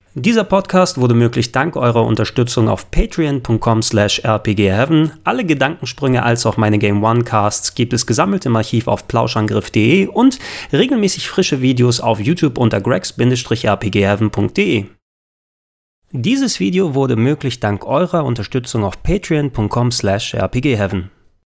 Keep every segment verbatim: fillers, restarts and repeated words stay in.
Dieser Podcast wurde möglich dank eurer Unterstützung auf patreon punkt com slash r p g heaven. Alle Gedankensprünge als auch meine Game One Casts gibt es gesammelt im Archiv auf plauschangriff punkt de und regelmäßig frische Videos auf YouTube unter gregs r p g heaven punkt de. Dieses Video wurde möglich dank eurer Unterstützung auf patreon punkt com slash r p g heaven.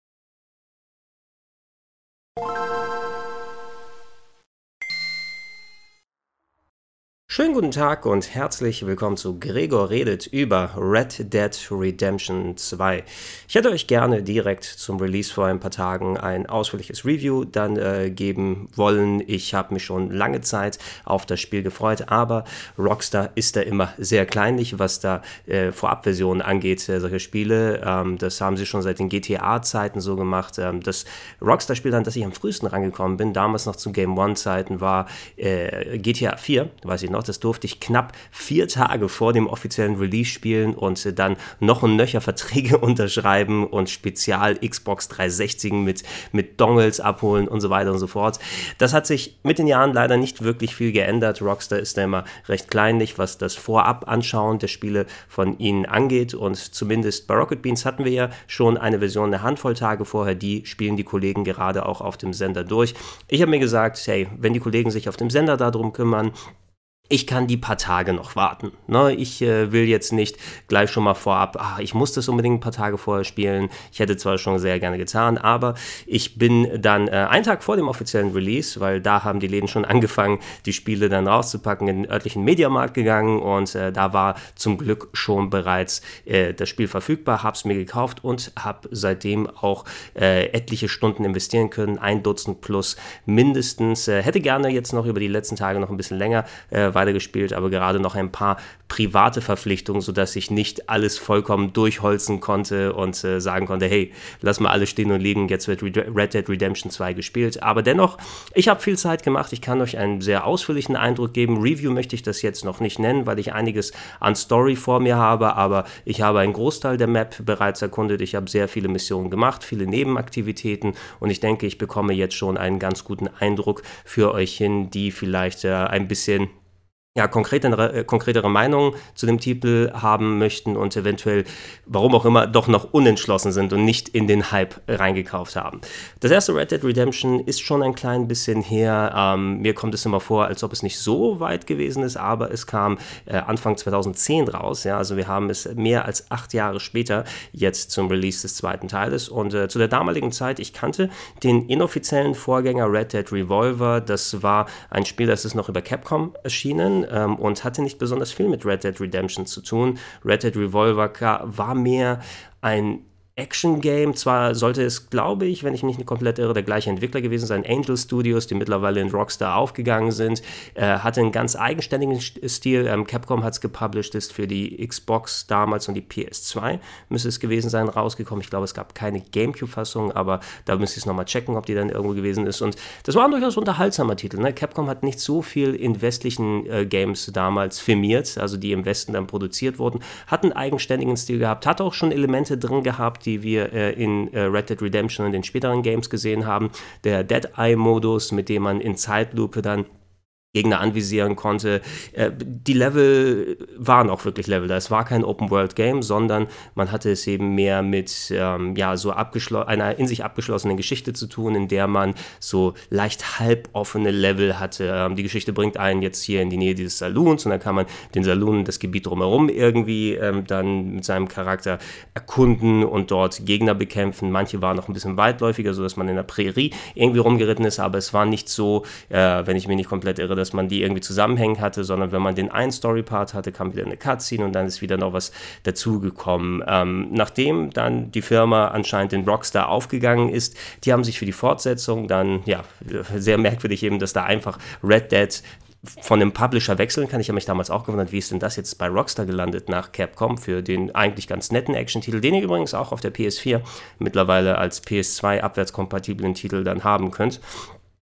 Schönen guten Tag und herzlich willkommen zu Gregor redet über Red Dead Redemption zwei. Ich hätte euch gerne direkt zum Release vor ein paar Tagen ein ausführliches Review dann äh, geben wollen. Ich habe mich schon lange Zeit auf das Spiel gefreut, aber Rockstar ist da immer sehr kleinlich, was da äh, Vorabversionen angeht, äh, solche Spiele. Ähm, das haben sie schon seit den G T A-Zeiten so gemacht. Ähm, das Rockstar-Spiel, an das ich am frühesten rangekommen bin, damals noch zu Game One-Zeiten, war äh, G T A vier, weiß ich noch. Das durfte ich knapp vier Tage vor dem offiziellen Release spielen und dann noch und nöcher Verträge unterschreiben und spezial Xbox dreihundertsechzig mit, mit Dongles abholen und so weiter und so fort. Das hat sich mit den Jahren leider nicht wirklich viel geändert. Rockstar ist da immer recht kleinlich, was das Vorab-Anschauen der Spiele von ihnen angeht, und zumindest bei Rocket Beans hatten wir ja schon eine Version eine Handvoll Tage vorher, die spielen die Kollegen gerade auch auf dem Sender durch. Ich habe mir gesagt, hey, wenn die Kollegen sich auf dem Sender darum kümmern, ich kann die paar Tage noch warten. Ne? Ich äh, will jetzt nicht gleich schon mal vorab, ach, ich muss das unbedingt ein paar Tage vorher spielen. Ich hätte zwar schon sehr gerne getan, aber ich bin dann äh, einen Tag vor dem offiziellen Release, weil da haben die Läden schon angefangen, die Spiele dann rauszupacken, in den örtlichen Mediamarkt gegangen, und äh, da war zum Glück schon bereits äh, das Spiel verfügbar, hab's mir gekauft und habe seitdem auch äh, etliche Stunden investieren können, ein Dutzend plus mindestens. Äh, hätte gerne jetzt noch über die letzten Tage noch ein bisschen länger äh, weitergespielt, aber gerade noch ein paar private Verpflichtungen, sodass ich nicht alles vollkommen durchholzen konnte und äh, sagen konnte, hey, lass mal alles stehen und liegen, jetzt wird Red Dead Redemption zwei gespielt. Aber dennoch, ich habe viel Zeit gemacht, ich kann euch einen sehr ausführlichen Eindruck geben. Review möchte ich das jetzt noch nicht nennen, weil ich einiges an Story vor mir habe, aber ich habe einen Großteil der Map bereits erkundet, ich habe sehr viele Missionen gemacht, viele Nebenaktivitäten, und ich denke, ich bekomme jetzt schon einen ganz guten Eindruck für euch hin, die vielleicht äh, ein bisschen ja, konkretere, äh, konkretere Meinungen zu dem Titel haben möchten und eventuell, warum auch immer, doch noch unentschlossen sind und nicht in den Hype reingekauft haben. Das erste Red Dead Redemption ist schon ein klein bisschen her. Ähm, mir kommt es immer vor, als ob es nicht so weit gewesen ist, aber es kam äh, Anfang zweitausendzehn raus. Ja, also wir haben es mehr als acht Jahre später jetzt zum Release des zweiten Teiles, und äh, zu der damaligen Zeit, ich kannte den inoffiziellen Vorgänger Red Dead Revolver. Das war ein Spiel, das ist noch über Capcom erschienen ähm, und hatte nicht besonders viel mit Red Dead Redemption zu tun. Red Dead Revolver war mehr ein Action-Game. Zwar sollte es, glaube ich, wenn ich mich nicht komplett irre, der gleiche Entwickler gewesen sein, Angel Studios, die mittlerweile in Rockstar aufgegangen sind, äh, hatte einen ganz eigenständigen Stil. Ähm, Capcom hat es gepublished, ist für die Xbox damals und die P S zwei, müsste es gewesen sein, rausgekommen. Ich glaube, es gab keine Gamecube-Fassung, aber da müsste ich es nochmal checken, ob die dann irgendwo gewesen ist. Und das war ein durchaus unterhaltsamer Titel. Ne? Capcom hat nicht so viel in westlichen äh, Games damals firmiert, also die im Westen dann produziert wurden, hat einen eigenständigen Stil gehabt, hat auch schon Elemente drin gehabt, die wir äh, in äh, Red Dead Redemption und den späteren Games gesehen haben. Der Dead-Eye-Modus, mit dem man in Zeitlupe dann Gegner anvisieren konnte. Äh, die Level waren auch wirklich Level. Es war kein Open-World-Game, sondern man hatte es eben mehr mit ähm, ja, so abgeschlo- einer in sich abgeschlossenen Geschichte zu tun, in der man so leicht halboffene Level hatte. Ähm, die Geschichte bringt einen jetzt hier in die Nähe dieses Saloons, und dann kann man den Saloon, das Gebiet drumherum irgendwie ähm, dann mit seinem Charakter erkunden und dort Gegner bekämpfen. Manche waren noch ein bisschen weitläufiger, sodass man in der Prärie irgendwie rumgeritten ist, aber es war nicht so, äh, wenn ich mich nicht komplett irre, dass man die irgendwie zusammenhängend hatte, sondern wenn man den einen Story-Part hatte, kam wieder eine Cutscene und dann ist wieder noch was dazugekommen. Ähm, nachdem dann die Firma anscheinend in Rockstar aufgegangen ist, die haben sich für die Fortsetzung dann, ja, sehr merkwürdig eben, dass da einfach Red Dead von dem Publisher wechseln kann. Ich habe mich damals auch gewundert, wie ist denn das jetzt bei Rockstar gelandet nach Capcom für den eigentlich ganz netten Action-Titel, den ihr übrigens auch auf der P S vier mittlerweile als P S zwei abwärtskompatiblen Titel dann haben könnt.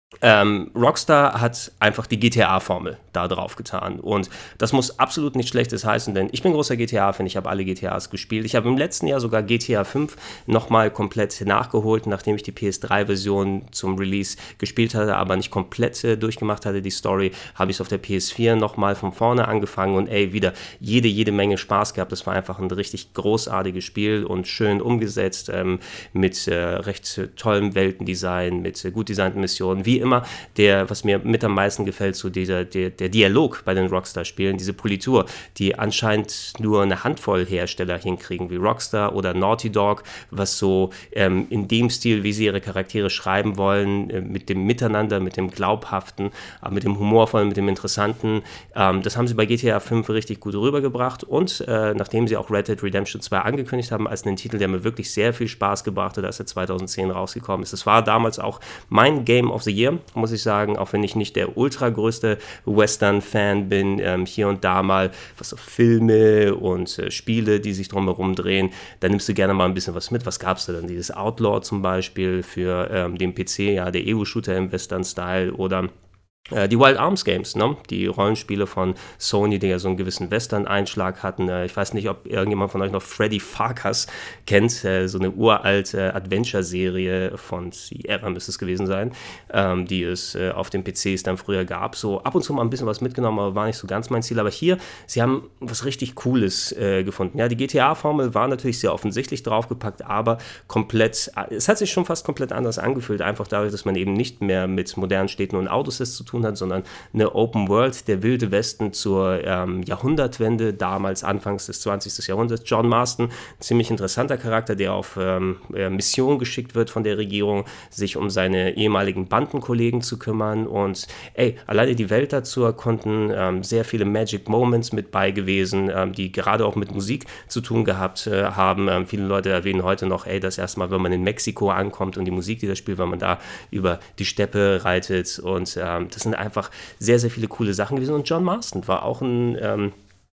Ähm, Rockstar hat einfach die G T A-Formel da drauf getan und das muss absolut nichts Schlechtes heißen, denn ich bin großer G T A-Fan, ich habe alle G T As gespielt. Ich habe im letzten Jahr sogar G T A fünf nochmal komplett nachgeholt, nachdem ich die P S drei Version zum Release gespielt hatte, aber nicht komplett äh, durchgemacht hatte, die Story, habe ich es auf der P S vier nochmal von vorne angefangen und ey, wieder jede, jede Menge Spaß gehabt. Das war einfach ein richtig großartiges Spiel und schön umgesetzt, ähm, mit äh, recht äh, tollem Weltendesign, mit äh, gut designten Missionen, wie immer. Der, was mir mit am meisten gefällt, so dieser, der, der Dialog bei den Rockstar-Spielen, diese Politur, die anscheinend nur eine Handvoll Hersteller hinkriegen, wie Rockstar oder Naughty Dog, was so ähm, in dem Stil, wie sie ihre Charaktere schreiben wollen, äh, mit dem Miteinander, mit dem Glaubhaften, äh, mit dem Humorvollen, mit dem Interessanten, ähm, das haben sie bei G T A fünf richtig gut rübergebracht und äh, nachdem sie auch Red Dead Redemption zwei angekündigt haben, als einen Titel, der mir wirklich sehr viel Spaß gebracht hat, als er zwanzig zehn rausgekommen ist. Das war damals auch mein Game of the Year, muss ich sagen, auch wenn ich nicht der ultra größte Western-Fan bin, ähm, hier und da mal was auf Filme und äh, Spiele, die sich drumherum drehen, da nimmst du gerne mal ein bisschen was mit. Was gab's da dann? Dieses Outlaw zum Beispiel für ähm, den P C, ja, der Ego-Shooter im Western-Style oder die Wild Arms Games, ne? Die Rollenspiele von Sony, die ja so einen gewissen Western-Einschlag hatten. Ich weiß nicht, ob irgendjemand von euch noch Freddy Farkas kennt, so eine uralte Adventure-Serie von Sierra müsste es gewesen sein, die es auf den P Cs dann früher gab. So ab und zu mal ein bisschen was mitgenommen, aber war nicht so ganz mein Ziel. Aber hier, sie haben was richtig Cooles äh, gefunden. Ja, die G T A-Formel war natürlich sehr offensichtlich draufgepackt, aber komplett, es hat sich schon fast komplett anders angefühlt, einfach dadurch, dass man eben nicht mehr mit modernen Städten und Autos ist zu tun hat, sondern eine Open World, der wilde Westen zur ähm, Jahrhundertwende, damals anfangs des zwanzigsten Jahrhunderts. John Marston, ein ziemlich interessanter Charakter, der auf ähm, Mission geschickt wird von der Regierung, sich um seine ehemaligen Bandenkollegen zu kümmern und ey, alleine die Welt dazu konnten ähm, sehr viele Magic Moments mit bei gewesen, ähm, die gerade auch mit Musik zu tun gehabt äh, haben. Ähm, viele Leute erwähnen heute noch, ey, das erste Mal, wenn man in Mexiko ankommt und die Musik, die das spielt, wenn man da über die Steppe reitet und ähm, das sind einfach sehr, sehr viele coole Sachen gewesen. Und John Marston war auch ein ähm,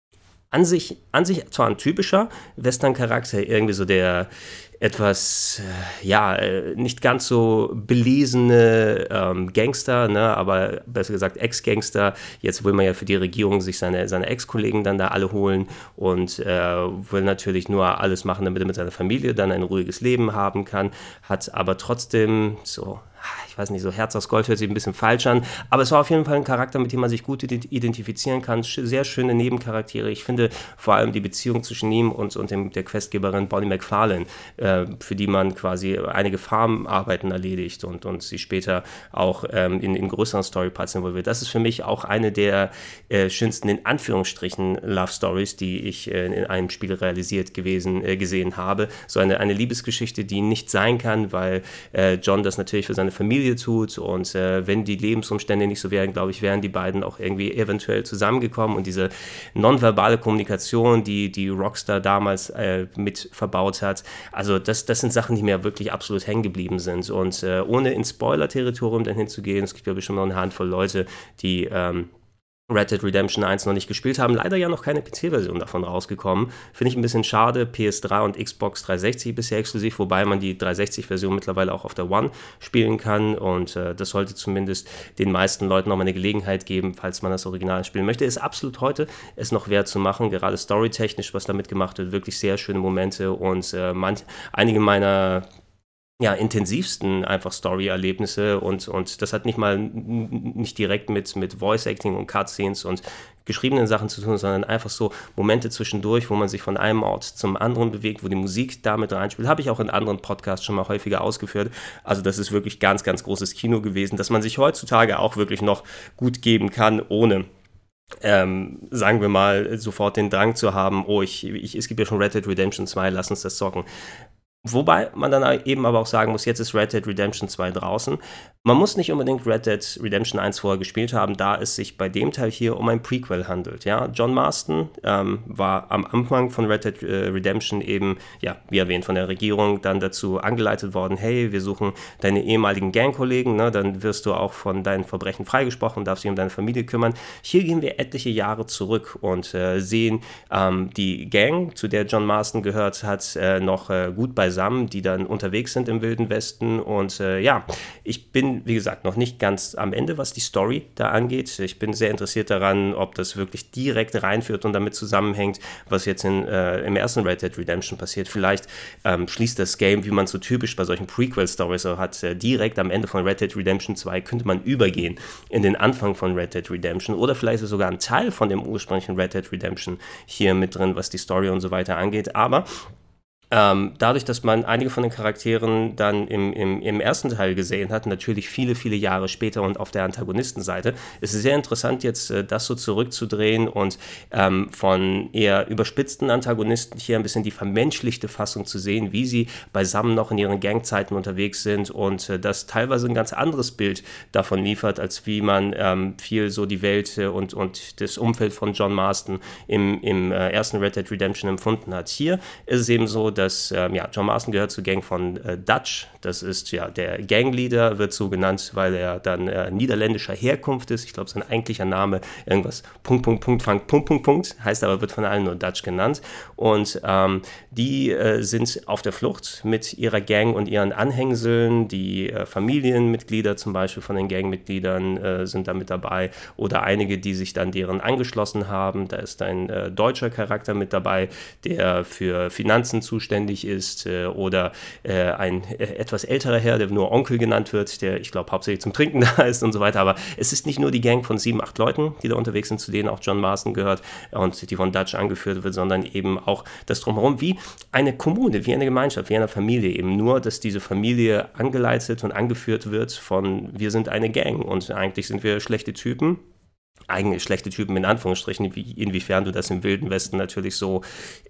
an sich, an sich zwar ein typischer Western-Charakter, irgendwie so der etwas, äh, ja, äh, nicht ganz so belesene ähm, Gangster, ne, aber besser gesagt Ex-Gangster. Jetzt will man ja für die Regierung sich seine, seine Ex-Kollegen dann da alle holen und äh, will natürlich nur alles machen, damit er mit seiner Familie dann ein ruhiges Leben haben kann, hat aber trotzdem so, ich weiß nicht, so Herz aus Gold hört sich ein bisschen falsch an, aber es war auf jeden Fall ein Charakter, mit dem man sich gut identifizieren kann. Sehr schöne Nebencharaktere. Ich finde vor allem die Beziehung zwischen ihm und, und dem, der Questgeberin Bonnie McFarlane, äh, für die man quasi einige Farmarbeiten erledigt und, und sie später auch ähm, in, in größeren Storyparts involviert. Das ist für mich auch eine der äh, schönsten, in Anführungsstrichen, Love Stories, die ich äh, in einem Spiel realisiert gewesen, äh, gesehen habe. So eine, eine Liebesgeschichte, die nicht sein kann, weil äh, John das natürlich für seine Familie tut und äh, wenn die Lebensumstände nicht so wären, glaube ich, wären die beiden auch irgendwie eventuell zusammengekommen und diese nonverbale Kommunikation, die die Rockstar damals äh, mit verbaut hat, also das, das sind Sachen, die mir wirklich absolut hängen geblieben sind und äh, ohne ins Spoiler-Territorium dann hinzugehen, es gibt ja bestimmt noch eine Handvoll Leute, die ähm, Red Dead Redemption eins noch nicht gespielt haben. Leider ja noch keine P C-Version davon rausgekommen. Finde ich ein bisschen schade. P S drei und Xbox dreihundertsechzig bisher exklusiv, wobei man die dreihundertsechzig-Version mittlerweile auch auf der One spielen kann. Und äh, das sollte zumindest den meisten Leuten nochmal eine Gelegenheit geben, falls man das Original spielen möchte. Ist absolut heute es noch wert zu machen. Gerade storytechnisch, was damit gemacht wird, wirklich sehr schöne Momente. Und äh, manch, einige meiner ja, intensivsten einfach Story-Erlebnisse und, und das hat nicht mal nicht direkt mit, mit Voice-Acting und Cutscenes und geschriebenen Sachen zu tun, sondern einfach so Momente zwischendurch, wo man sich von einem Ort zum anderen bewegt, wo die Musik damit reinspielt. Habe ich auch in anderen Podcasts schon mal häufiger ausgeführt. Also das ist wirklich ganz, ganz großes Kino gewesen, dass man sich heutzutage auch wirklich noch gut geben kann, ohne Ähm, sagen wir mal, sofort den Drang zu haben, oh, ich, ich, es gibt ja schon Red Dead Redemption zwei, lass uns das zocken. Wobei man dann eben aber auch sagen muss, jetzt ist Red Dead Redemption zwei draußen. Man muss nicht unbedingt Red Dead Redemption eins vorher gespielt haben, da es sich bei dem Teil hier um ein Prequel handelt. Ja? John Marston ähm, war am Anfang von Red Dead äh, Redemption eben, ja, wie erwähnt, von der Regierung dann dazu angeleitet worden, hey, wir suchen deine ehemaligen Gangkollegen, ne? Dann wirst du auch von deinen Verbrechen freigesprochen, darfst dich um deine Familie kümmern. Hier gehen wir etliche Jahre zurück und äh, sehen ähm, die Gang, zu der John Marston gehört hat, äh, noch äh, gut bei beisammen, die dann unterwegs sind im Wilden Westen. Und äh, ja, ich bin, wie gesagt, noch nicht ganz am Ende, was die Story da angeht. Ich bin sehr interessiert daran, ob das wirklich direkt reinführt und damit zusammenhängt, was jetzt in, äh, im ersten Red Dead Redemption passiert. Vielleicht ähm, schließt das Game, wie man so typisch bei solchen Prequel-Stories hat, äh, direkt am Ende von Red Dead Redemption zwei könnte man übergehen in den Anfang von Red Dead Redemption oder vielleicht ist sogar ein Teil von dem ursprünglichen Red Dead Redemption hier mit drin, was die Story und so weiter angeht. Aber Ähm, dadurch, dass man einige von den Charakteren dann im, im, im ersten Teil gesehen hat, natürlich viele, viele Jahre später und auf der Antagonistenseite, ist es sehr interessant, jetzt äh, das so zurückzudrehen und ähm, von eher überspitzten Antagonisten hier ein bisschen die vermenschlichte Fassung zu sehen, wie sie beisammen noch in ihren Gangzeiten unterwegs sind und äh, das teilweise ein ganz anderes Bild davon liefert, als wie man ähm, viel so die Welt äh, und, und das Umfeld von John Marston im, im äh, ersten Red Dead Redemption empfunden hat. Hier ist es eben so, dass ähm, ja, John Marston gehört zur Gang von äh, Dutch. Das ist ja der Gangleader, wird so genannt, weil er dann äh, niederländischer Herkunft ist. Ich glaube, sein eigentlicher Name irgendwas Punkt, Punkt, Punkt, Punkt, Punkt, Punkt, Punkt, heißt aber, wird von allen nur Dutch genannt. Und ähm, die äh, sind auf der Flucht mit ihrer Gang und ihren Anhängseln. Die äh, Familienmitglieder zum Beispiel von den Gangmitgliedern äh, sind da mit dabei oder einige, die sich dann deren angeschlossen haben. Da ist ein äh, deutscher Charakter mit dabei, der für Finanzen zuständig ist äh, oder äh, ein äh, etwas älterer Herr, der nur Onkel genannt wird, der, ich glaube, hauptsächlich zum Trinken da ist und so weiter. Aber es ist nicht nur die Gang von sieben, acht Leuten, die da unterwegs sind, zu denen auch John Marston gehört und die von Dutch angeführt wird, sondern eben auch das Drumherum, wie eine Kommune, wie eine Gemeinschaft, wie eine Familie. Eben nur, dass diese Familie angeleitet und angeführt wird von, wir sind eine Gang und eigentlich sind wir schlechte Typen. Eigentlich schlechte Typen in Anführungsstrichen, wie, inwiefern du das im Wilden Westen natürlich so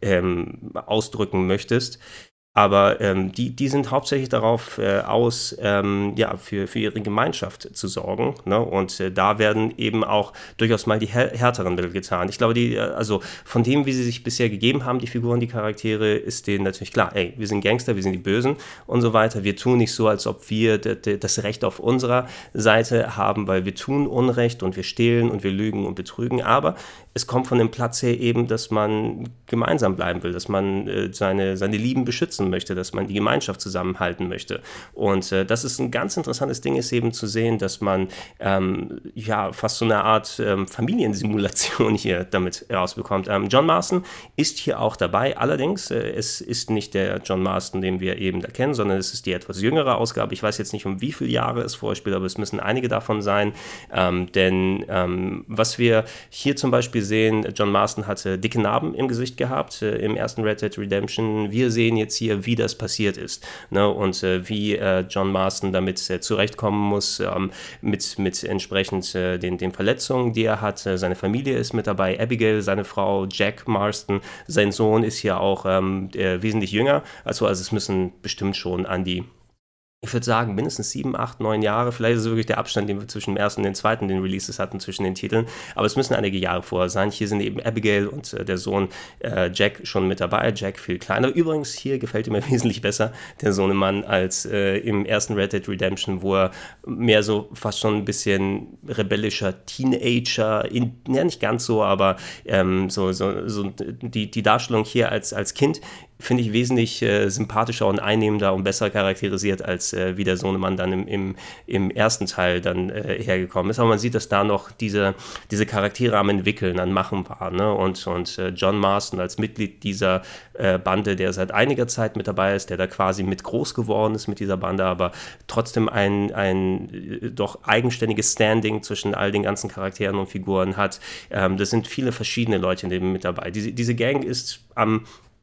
ähm, ausdrücken möchtest. Aber ähm, die, die sind hauptsächlich darauf äh, aus, ähm, ja, für, für ihre Gemeinschaft zu sorgen. Ne? Und äh, da werden eben auch durchaus mal die här- härteren Mittel getan. Ich glaube, die, also von dem, wie sie sich bisher gegeben haben, die Figuren, die Charaktere, ist denen natürlich klar, ey, wir sind Gangster, wir sind die Bösen und so weiter. Wir tun nicht so, als ob wir d- d- das Recht auf unserer Seite haben, weil wir tun Unrecht und wir stehlen und wir lügen und betrügen. Aber es kommt von dem Platz her eben, dass man gemeinsam bleiben will, dass man äh, seine, seine Lieben beschützen möchte, dass man die Gemeinschaft zusammenhalten möchte. Und äh, das ist ein ganz interessantes Ding, ist eben zu sehen, dass man ähm, ja fast so eine Art ähm, Familiensimulation hier damit rausbekommt. Ähm, John Marston ist hier auch dabei, allerdings, äh, es ist nicht der John Marston, den wir eben da kennen, sondern es ist die etwas jüngere Ausgabe. Ich weiß jetzt nicht, um wie viele Jahre es vorspielt, aber es müssen einige davon sein, ähm, denn ähm, was wir hier zum Beispiel sehen, John Marston hatte dicke Narben im Gesicht gehabt, äh, im ersten Red Dead Redemption. Wir sehen jetzt hier, wie das passiert ist, ne? Und äh, wie äh, John Marston damit äh, zurechtkommen muss, ähm, mit, mit entsprechend äh, den, den Verletzungen, die er hat. Äh, seine Familie ist mit dabei, Abigail, seine Frau, Jack Marston, sein Sohn ist hier auch ähm, äh, wesentlich jünger, also, also es müssen bestimmt schon an die, ich würde sagen, mindestens sieben, acht, neun Jahre. Vielleicht ist es wirklich der Abstand, den wir zwischen dem ersten und dem zweiten, den Releases hatten, zwischen den Titeln. Aber es müssen einige Jahre vorher sein. Hier sind eben Abigail und äh, der Sohn äh, Jack schon mit dabei. Jack viel kleiner. Übrigens, hier gefällt mir wesentlich besser der Sohnemann als äh, im ersten Red Dead Redemption, wo er mehr so fast schon ein bisschen rebellischer Teenager, in, ja nicht ganz so, aber ähm, so, so, so die, die Darstellung hier als, als Kind finde ich wesentlich äh, sympathischer und einnehmender und besser charakterisiert, als äh, wie der Sohnemann dann im, im, im ersten Teil dann äh, hergekommen ist. Aber man sieht, dass da noch diese, diese Charaktere am Entwickeln, am Machen waren. Ne? Und, und äh, John Marston als Mitglied dieser äh, Bande, der seit einiger Zeit mit dabei ist, der da quasi mit groß geworden ist mit dieser Bande, aber trotzdem ein, ein äh, doch eigenständiges Standing zwischen all den ganzen Charakteren und Figuren hat. Ähm, das sind viele verschiedene Leute in dem mit dabei. Diese, diese Gang ist am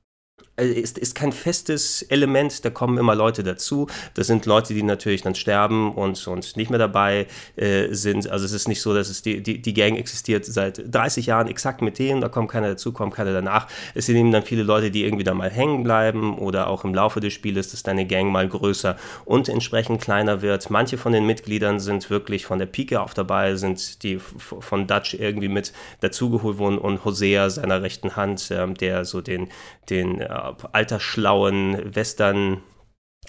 Ist, ist kein festes Element, da kommen immer Leute dazu. Das sind Leute, die natürlich dann sterben und, und nicht mehr dabei äh, sind. Also es ist nicht so, dass es die, die, die Gang existiert seit dreißig Jahren exakt mit denen, da kommt keiner dazu, kommt keiner danach. Es sind eben dann viele Leute, die irgendwie da mal hängen bleiben oder auch im Laufe des Spieles, dass deine Gang mal größer und entsprechend kleiner wird. Manche von den Mitgliedern sind wirklich von der Pike auf dabei, sind die f- von Dutch irgendwie mit dazugeholt worden und Hosea seiner rechten Hand, ähm, der so den, den äh, altersschlauen Western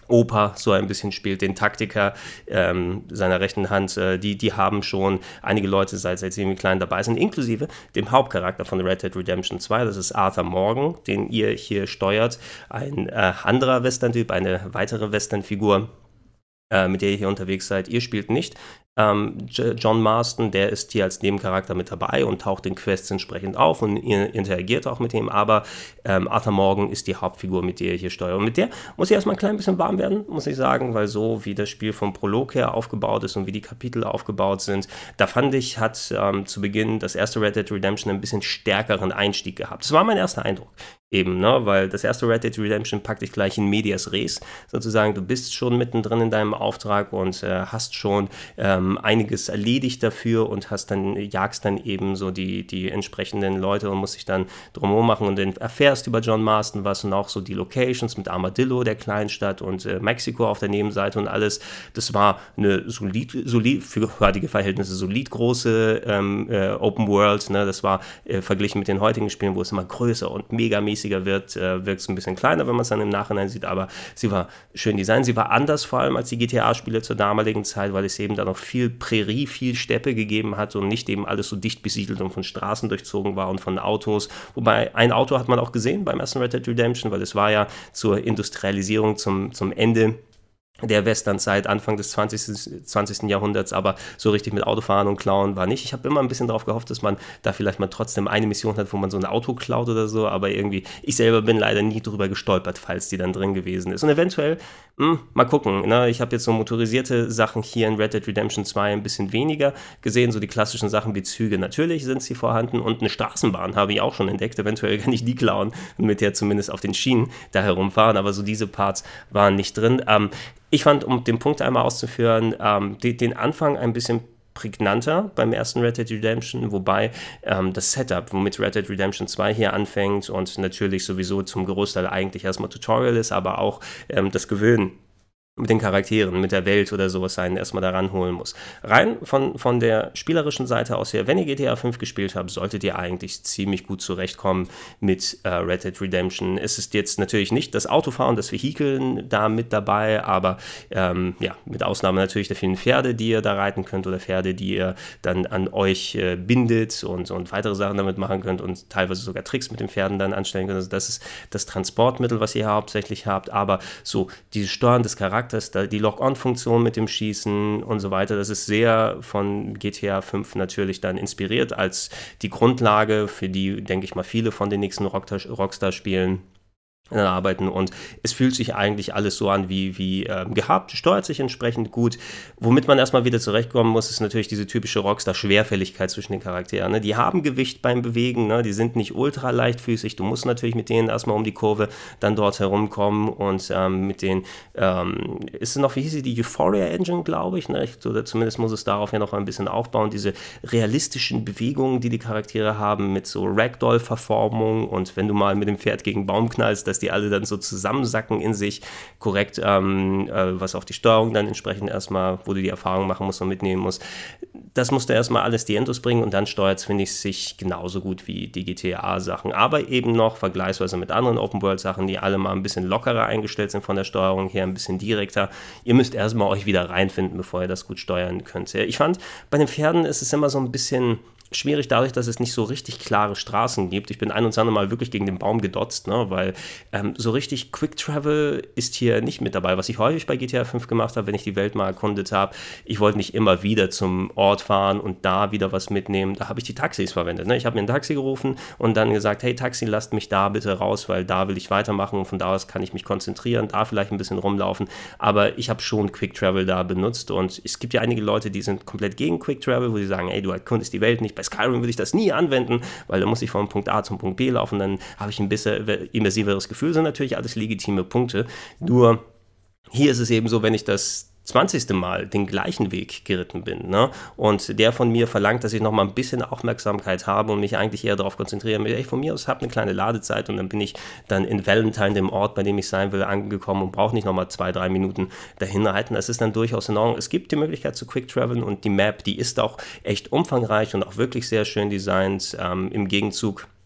Opa so ein bisschen spielt, den Taktiker ähm, seiner rechten Hand, äh, die, die haben schon einige Leute seit, seit ziemlich klein dabei sind, inklusive dem Hauptcharakter von Red Dead Redemption zwei, das ist Arthur Morgan, den ihr hier steuert, ein äh, anderer Western-Typ, eine weitere Western-Figur, äh, mit der ihr hier unterwegs seid. Ihr spielt nicht ähm, John Marston, der ist hier als Nebencharakter mit dabei und taucht in Quests entsprechend auf und ihr interagiert auch mit ihm, aber ähm, Arthur Morgan ist die Hauptfigur, mit der ihr hier steuert. Und mit der muss ich erstmal ein klein bisschen warm werden, muss ich sagen, weil so wie das Spiel vom Prolog her aufgebaut ist und wie die Kapitel aufgebaut sind, da fand ich, hat ähm, zu Beginn das erste Red Dead Redemption ein bisschen stärkeren Einstieg gehabt. Das war mein erster Eindruck. Eben, ne, weil das erste Red Dead Redemption packt dich gleich in medias res, sozusagen, du bist schon mittendrin in deinem Auftrag und äh, hast schon ähm, einiges erledigt dafür und hast dann, jagst dann eben so die, die entsprechenden Leute und musst dich dann drumherum machen und dann erfährst über John Marston was und auch so die Locations mit Armadillo, der Kleinstadt, und äh, Mexiko auf der Nebenseite und alles. Das war eine solid, solid für heutige Verhältnisse, solid große ähm, äh, Open World, ne, das war äh, verglichen mit den heutigen Spielen, wo es immer größer und megamäßig wird, äh, wirkt es ein bisschen kleiner, wenn man es dann im Nachhinein sieht, aber sie war schön designt. Sie war anders vor allem als die G T A-Spiele zur damaligen Zeit, weil es eben da noch viel Prärie, viel Steppe gegeben hat und nicht eben alles so dicht besiedelt und von Straßen durchzogen war und von Autos. Wobei, ein Auto hat man auch gesehen beim ersten Red Dead Redemption, weil es war ja zur Industrialisierung, zum, zum Ende der Westernzeit, Anfang des zwanzigsten Jahrhunderts, aber so richtig mit Autofahren und Klauen war nicht. Ich habe immer ein bisschen darauf gehofft, dass man da vielleicht mal trotzdem eine Mission hat, wo man so ein Auto klaut oder so, aber irgendwie, ich selber bin leider nie drüber gestolpert, falls die dann drin gewesen ist. Und eventuell, mh, mal gucken, ne? Ich habe jetzt so motorisierte Sachen hier in Red Dead Redemption zwei ein bisschen weniger gesehen, so die klassischen Sachen wie Züge, natürlich sind sie vorhanden, und eine Straßenbahn habe ich auch schon entdeckt, eventuell kann ich die klauen und mit der zumindest auf den Schienen da herumfahren, aber so diese Parts waren nicht drin. Ähm, Ich fand, um den Punkt einmal auszuführen, ähm, die, den Anfang ein bisschen prägnanter beim ersten Red Dead Redemption, wobei ähm, das Setup, womit Red Dead Redemption zwei hier anfängt und natürlich sowieso zum Großteil eigentlich erstmal Tutorial ist, aber auch ähm, das Gewöhnen mit den Charakteren, mit der Welt oder sowas einen erstmal da ranholen muss. Rein von, von der spielerischen Seite aus her, wenn ihr G T A fünf gespielt habt, solltet ihr eigentlich ziemlich gut zurechtkommen mit äh, Red Dead Redemption. Es ist jetzt natürlich nicht das Autofahren, das Vehikeln da mit dabei, aber ähm, ja, mit Ausnahme natürlich der vielen Pferde, die ihr da reiten könnt oder Pferde, die ihr dann an euch äh, bindet und, und weitere Sachen damit machen könnt und teilweise sogar Tricks mit den Pferden dann anstellen könnt. Also das ist das Transportmittel, was ihr hier hauptsächlich habt, aber so dieses Steuern des Charakters, die Lock-on-Funktion mit dem Schießen und so weiter, das ist sehr von G T A fünf natürlich dann inspiriert als die Grundlage, für die, denke ich mal, viele von den nächsten Rockstar-Spielen arbeiten, und es fühlt sich eigentlich alles so an wie, wie ähm, gehabt, steuert sich entsprechend gut. Womit man erstmal wieder zurechtkommen muss, ist natürlich diese typische Rockstar-Schwerfälligkeit zwischen den Charakteren. Ne? Die haben Gewicht beim Bewegen, ne? Die sind nicht ultra leichtfüßig, du musst natürlich mit denen erstmal um die Kurve dann dort herumkommen und ähm, mit den, ähm, ist es noch, wie hieß sie, die Euphoria Engine, glaube ich, ne? Oder zumindest muss es darauf ja noch ein bisschen aufbauen, diese realistischen Bewegungen, die die Charaktere haben, mit so Ragdoll-Verformung, und wenn du mal mit dem Pferd gegen einen Baum knallst, dass die alle dann so zusammensacken in sich, korrekt, ähm, äh, was auch die Steuerung dann entsprechend erstmal, wo du die Erfahrung machen musst und mitnehmen musst. Das musst du erstmal alles die Endos bringen, und dann steuert es, finde ich, sich genauso gut wie die G T A-Sachen, aber eben noch vergleichsweise mit anderen Open-World-Sachen, die alle mal ein bisschen lockerer eingestellt sind von der Steuerung her, ein bisschen direkter. Ihr müsst erstmal euch wieder reinfinden, bevor ihr das gut steuern könnt. Ich fand, bei den Pferden ist es immer so ein bisschen schwierig dadurch, dass es nicht so richtig klare Straßen gibt. Ich bin ein und andere Mal wirklich gegen den Baum gedotzt, ne, weil ähm, so richtig Quick Travel ist hier nicht mit dabei. Was ich häufig bei G T A fünf gemacht habe, wenn ich die Welt mal erkundet habe, ich wollte nicht immer wieder zum Ort fahren und da wieder was mitnehmen. Da habe ich die Taxis verwendet. Ne? Ich habe mir ein Taxi gerufen und dann gesagt, hey Taxi, lasst mich da bitte raus, weil da will ich weitermachen und von da aus kann ich mich konzentrieren, da vielleicht ein bisschen rumlaufen. Aber ich habe schon Quick Travel da benutzt, und es gibt ja einige Leute, die sind komplett gegen Quick Travel, wo sie sagen, ey, du erkundest die Welt nicht. Bei Skyrim würde ich das nie anwenden, weil da muss ich von Punkt A zum Punkt B laufen, dann habe ich ein bisschen immersiveres Gefühl. Das sind natürlich alles legitime Punkte. Nur hier ist es eben so, wenn ich das zwanzigste Mal den gleichen Weg geritten bin, ne? Und der von mir verlangt, dass ich noch mal ein bisschen Aufmerksamkeit habe und mich eigentlich eher darauf konzentriere. Ich von mir aus habe eine kleine Ladezeit und dann bin ich dann in Valentine, dem Ort, bei dem ich sein will, angekommen und brauche nicht noch mal zwei, drei Minuten dahin reiten. Das ist dann durchaus in Ordnung. Es gibt die Möglichkeit zu Quick Traveln, und die Map, die ist auch echt umfangreich und auch wirklich sehr schön designt. Ähm, im Gegenzug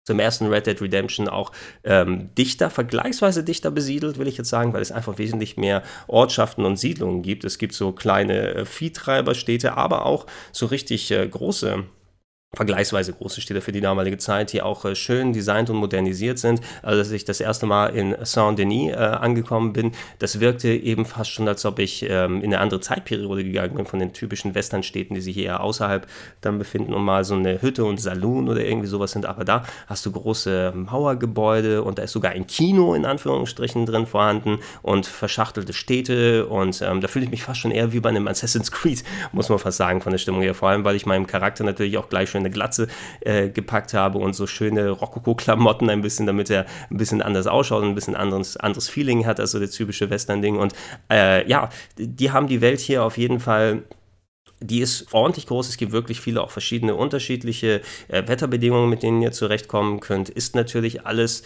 zum ersten Red Dead Redemption auch ähm, dichter, vergleichsweise dichter besiedelt, will ich jetzt sagen, weil es einfach wesentlich mehr Ortschaften und Siedlungen gibt. Es gibt so kleine äh, Viehtreiberstädte, aber auch so richtig äh, große vergleichsweise große Städte für die damalige Zeit, die auch äh, schön designt und modernisiert sind. Also als ich das erste Mal in Saint-Denis äh, angekommen bin, das wirkte eben fast schon, als ob ich ähm, in eine andere Zeitperiode gegangen bin von den typischen Westernstädten, die sich eher außerhalb dann befinden und mal so eine Hütte und Saloon oder irgendwie sowas sind. Aber da hast du große Mauergebäude und da ist sogar ein Kino in Anführungsstrichen drin vorhanden und verschachtelte Städte und ähm, da fühle ich mich fast schon eher wie bei einem Assassin's Creed, muss man fast sagen, von der Stimmung her. Vor allem, weil ich meinem Charakter natürlich auch gleich schon eine Glatze äh, gepackt habe und so schöne Rokoko-Klamotten ein bisschen, damit er ein bisschen anders ausschaut und ein bisschen anderes, anderes Feeling hat als so das typische Western-Ding. Und äh, ja, die haben die Welt hier auf jeden Fall. Die ist ordentlich groß, es gibt wirklich viele auch verschiedene unterschiedliche äh, Wetterbedingungen, mit denen ihr zurechtkommen könnt. Ist natürlich alles.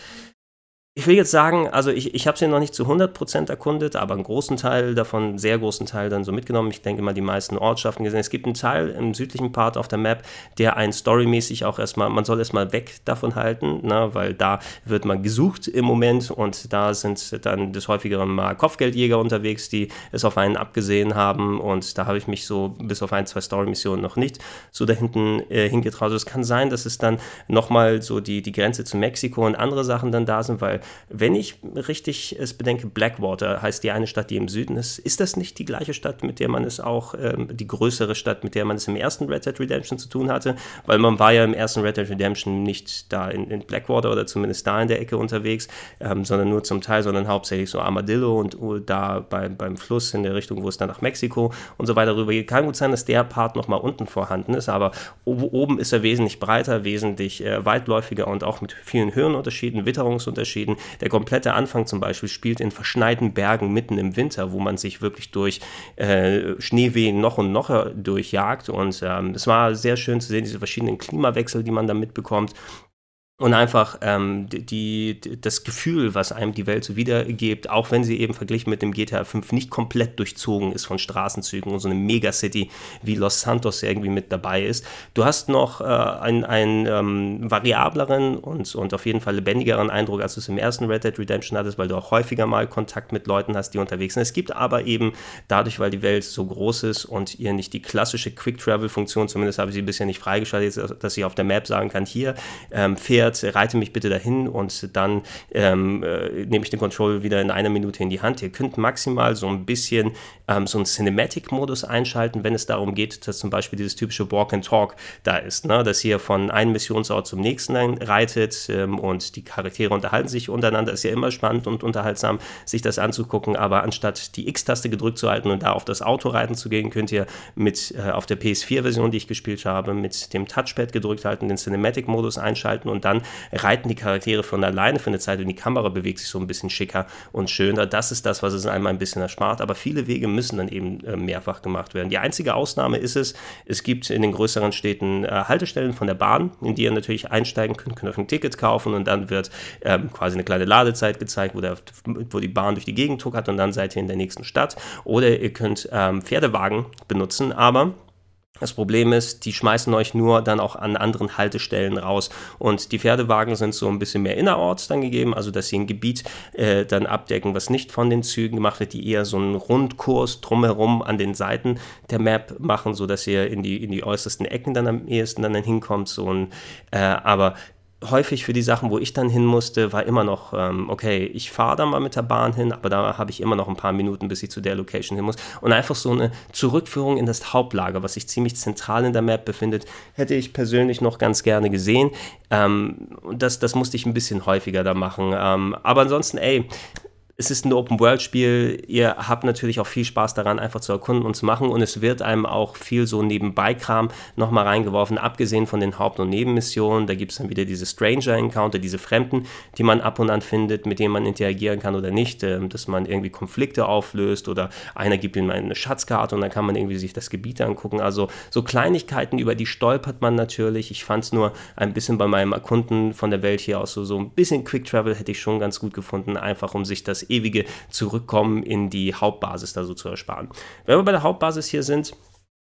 Ich will jetzt sagen, also ich, ich habe es ja noch nicht zu hundert Prozent erkundet, aber einen großen Teil davon, einen sehr großen Teil dann so mitgenommen. Ich denke mal, die meisten Ortschaften gesehen. Es gibt einen Teil im südlichen Part auf der Map, der einen storymäßig auch erstmal, man soll erstmal weg davon halten, ne, weil da wird man gesucht im Moment und da sind dann des häufigeren mal Kopfgeldjäger unterwegs, die es auf einen abgesehen haben und da habe ich mich so bis auf ein, zwei Story-Missionen noch nicht so da hinten äh, hingetraut. Also es kann sein, dass es dann nochmal so die, die Grenze zu Mexiko und andere Sachen dann da sind, weil wenn ich richtig es bedenke, Blackwater heißt die eine Stadt, die im Süden ist. Ist das nicht die gleiche Stadt, mit der man es auch, ähm, die größere Stadt, mit der man es im ersten Red Dead Redemption zu tun hatte? Weil man war ja im ersten Red Dead Redemption nicht da in, in Blackwater oder zumindest da in der Ecke unterwegs, ähm, sondern nur zum Teil, sondern hauptsächlich so Armadillo und uh, da bei, beim Fluss in der Richtung, wo es dann nach Mexiko und so weiter rüber geht. Kann gut sein, dass der Part nochmal unten vorhanden ist, aber oben ist er wesentlich breiter, wesentlich äh, weitläufiger und auch mit vielen Höhenunterschieden, Witterungsunterschieden. Der komplette Anfang zum Beispiel spielt in verschneiten Bergen mitten im Winter, wo man sich wirklich durch äh, Schneewehen noch und noch durchjagt und ähm, es war sehr schön zu sehen, diese verschiedenen Klimawechsel, die man da mitbekommt. Und einfach ähm, die, die, das Gefühl, was einem die Welt so wiedergibt, auch wenn sie eben verglichen mit dem G T A fünf nicht komplett durchzogen ist von Straßenzügen und so eine Megacity wie Los Santos irgendwie mit dabei ist. Du hast noch äh, einen, einen ähm, variableren und, und auf jeden Fall lebendigeren Eindruck, als du es im ersten Red Dead Redemption hattest, weil du auch häufiger mal Kontakt mit Leuten hast, die unterwegs sind. Es gibt aber eben dadurch, weil die Welt so groß ist und ihr nicht die klassische Quick-Travel-Funktion, zumindest habe ich sie bisher nicht freigeschaltet, dass ich auf der Map sagen kann, hier, ähm, Pferd, reite mich bitte dahin und dann ähm, äh, nehme ich den Control wieder in einer Minute in die Hand. Ihr könnt maximal so ein bisschen ähm, so einen Cinematic-Modus einschalten, wenn es darum geht, dass zum Beispiel dieses typische Walk and Talk da ist, ne? Dass ihr von einem Missionsort zum nächsten reitet ähm, und die Charaktere unterhalten sich untereinander. Ist ja immer spannend und unterhaltsam, sich das anzugucken, aber anstatt die X-Taste gedrückt zu halten und da auf das Auto reiten zu gehen, könnt ihr mit äh, auf der P S vier Version, die ich gespielt habe, mit dem Touchpad gedrückt halten, den Cinematic-Modus einschalten und dann reiten die Charaktere von alleine für eine Zeit und die Kamera bewegt sich so ein bisschen schicker und schöner. Das ist das, was es einem ein bisschen erspart, aber viele Wege müssen dann eben äh, mehrfach gemacht werden. Die einzige Ausnahme ist es, es gibt in den größeren Städten äh, Haltestellen von der Bahn, in die ihr natürlich einsteigen könnt, könnt euch ein Ticket kaufen und dann wird ähm, quasi eine kleine Ladezeit gezeigt, wo, der, wo die Bahn durch die Gegend tuckert und dann seid ihr in der nächsten Stadt. Oder ihr könnt ähm, Pferdewagen benutzen, aber das Problem ist, die schmeißen euch nur dann auch an anderen Haltestellen raus und die Pferdewagen sind so ein bisschen mehr innerorts dann gegeben, also dass sie ein Gebiet äh, dann abdecken, was nicht von den Zügen gemacht wird, die eher so einen Rundkurs drumherum an den Seiten der Map machen, sodass ihr in die, in die äußersten Ecken dann am ehesten dann hinkommt, so ein, äh, aber häufig für die Sachen, wo ich dann hin musste, war immer noch, ähm, okay, ich fahre da mal mit der Bahn hin, aber da habe ich immer noch ein paar Minuten, bis ich zu der Location hin muss. Und einfach so eine Zurückführung in das Hauptlager, was sich ziemlich zentral in der Map befindet, hätte ich persönlich noch ganz gerne gesehen. Ähm, das, das musste ich ein bisschen häufiger da machen. Ähm, aber ansonsten, ey, es ist ein Open-World-Spiel, ihr habt natürlich auch viel Spaß daran, einfach zu erkunden und zu machen und es wird einem auch viel so Nebenbei-Kram nochmal reingeworfen, abgesehen von den Haupt- und Nebenmissionen, da gibt es dann wieder diese Stranger-Encounter, diese Fremden, die man ab und an findet, mit denen man interagieren kann oder nicht, äh, dass man irgendwie Konflikte auflöst oder einer gibt ihm eine Schatzkarte und dann kann man irgendwie sich das Gebiet angucken, also so Kleinigkeiten, über die stolpert man natürlich, ich fand es nur ein bisschen bei meinem Erkunden von der Welt hier aus, so, so ein bisschen Quick-Travel hätte ich schon ganz gut gefunden, einfach um sich das ewige Zurückkommen in die Hauptbasis da so zu ersparen. Wenn wir bei der Hauptbasis hier sind,